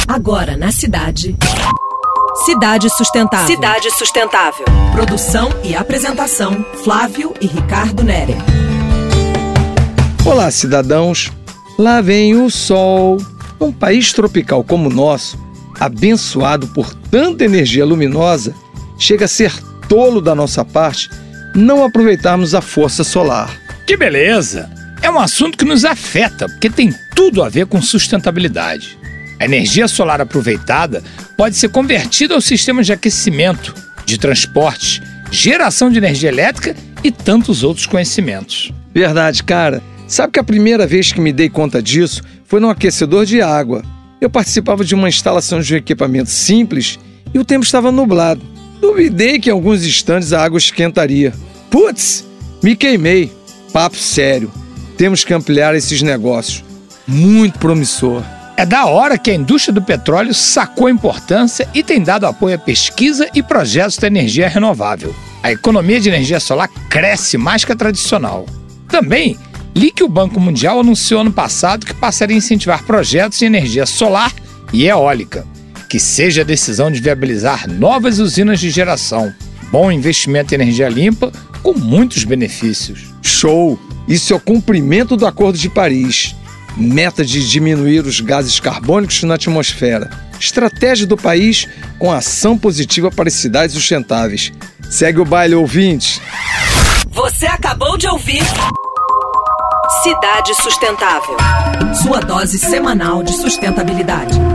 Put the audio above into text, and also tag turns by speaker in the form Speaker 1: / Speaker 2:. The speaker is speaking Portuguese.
Speaker 1: Agora na cidade. Cidade Sustentável. Cidade Sustentável. Produção e apresentação, Flávio e Ricardo Nere.
Speaker 2: Olá, cidadãos. Lá vem o sol. Um país tropical como o nosso, abençoado por tanta energia luminosa, chega a ser tolo da nossa parte não aproveitarmos a força solar.
Speaker 3: Que beleza! É um assunto que nos afeta, porque tem tudo a ver com sustentabilidade. A energia solar aproveitada pode ser convertida aos sistemas de aquecimento, de transportes, geração de energia elétrica e tantos outros conhecimentos.
Speaker 2: Verdade, cara. Sabe que a primeira vez que me dei conta disso foi num aquecedor de água. Eu participava de uma instalação de um equipamento simples e o tempo estava nublado. Duvidei que em alguns instantes a água esquentaria. Putz, me queimei. Papo sério. Temos que ampliar esses negócios. Muito promissor.
Speaker 3: É da hora que a indústria do petróleo sacou a importância e tem dado apoio à pesquisa e projetos da energia renovável. A economia de energia solar cresce mais que a tradicional. Também, li que o Banco Mundial anunciou ano passado que passaria a incentivar projetos de energia solar e eólica, que seja a decisão de viabilizar novas usinas de geração. Bom investimento em energia limpa com muitos benefícios.
Speaker 2: Show! Isso é o cumprimento do Acordo de Paris. Meta de diminuir os gases carbônicos na atmosfera. Estratégia do país com ação positiva para as cidades sustentáveis. Segue o baile, ouvintes.
Speaker 1: Você acabou de ouvir Cidade Sustentável. Sua dose semanal de sustentabilidade.